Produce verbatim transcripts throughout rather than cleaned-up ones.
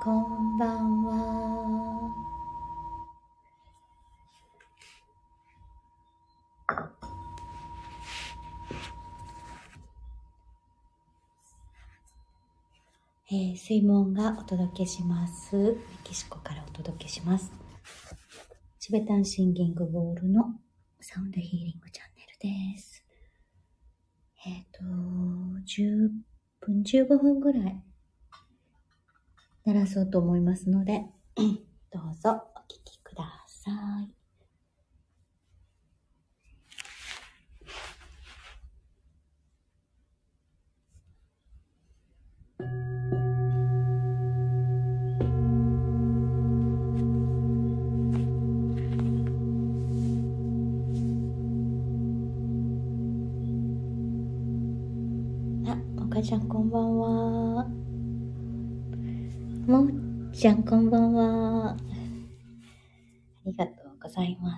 こんばんは。えー、水門がお届けします。メキシコからお届けします。チベタンシンギングボールのサウンドヒーリングチャンネルです。えっ、ー、と、じゅっぷん、じゅうごふんぐらい鳴らそうと思いますので、どうぞお聞きください。あ、もかちゃんこんばんは。もっちゃんこんばんは。ありがとうございます。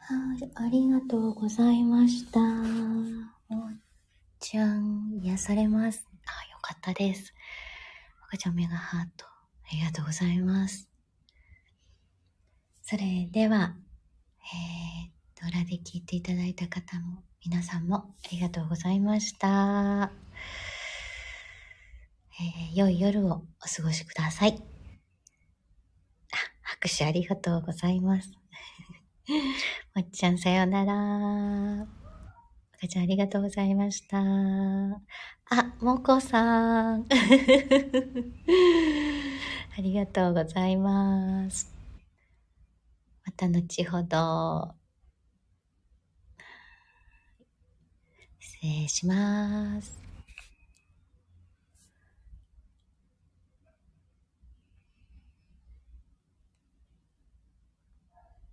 はい、ありがとうございました。おーちゃん、癒されます。あ、よかったです。赤ちゃんメガハート。ありがとうございます。それでは、えー、っと、裏で聞いていただいた方も、皆さんもありがとうございました。えー、良い夜をお過ごしください。あ、拍手ありがとうございます。もっちゃんさようなら。赤ちゃんありがとうございました。あ、もこさん。ありがとうございます。また後ほど。失礼します。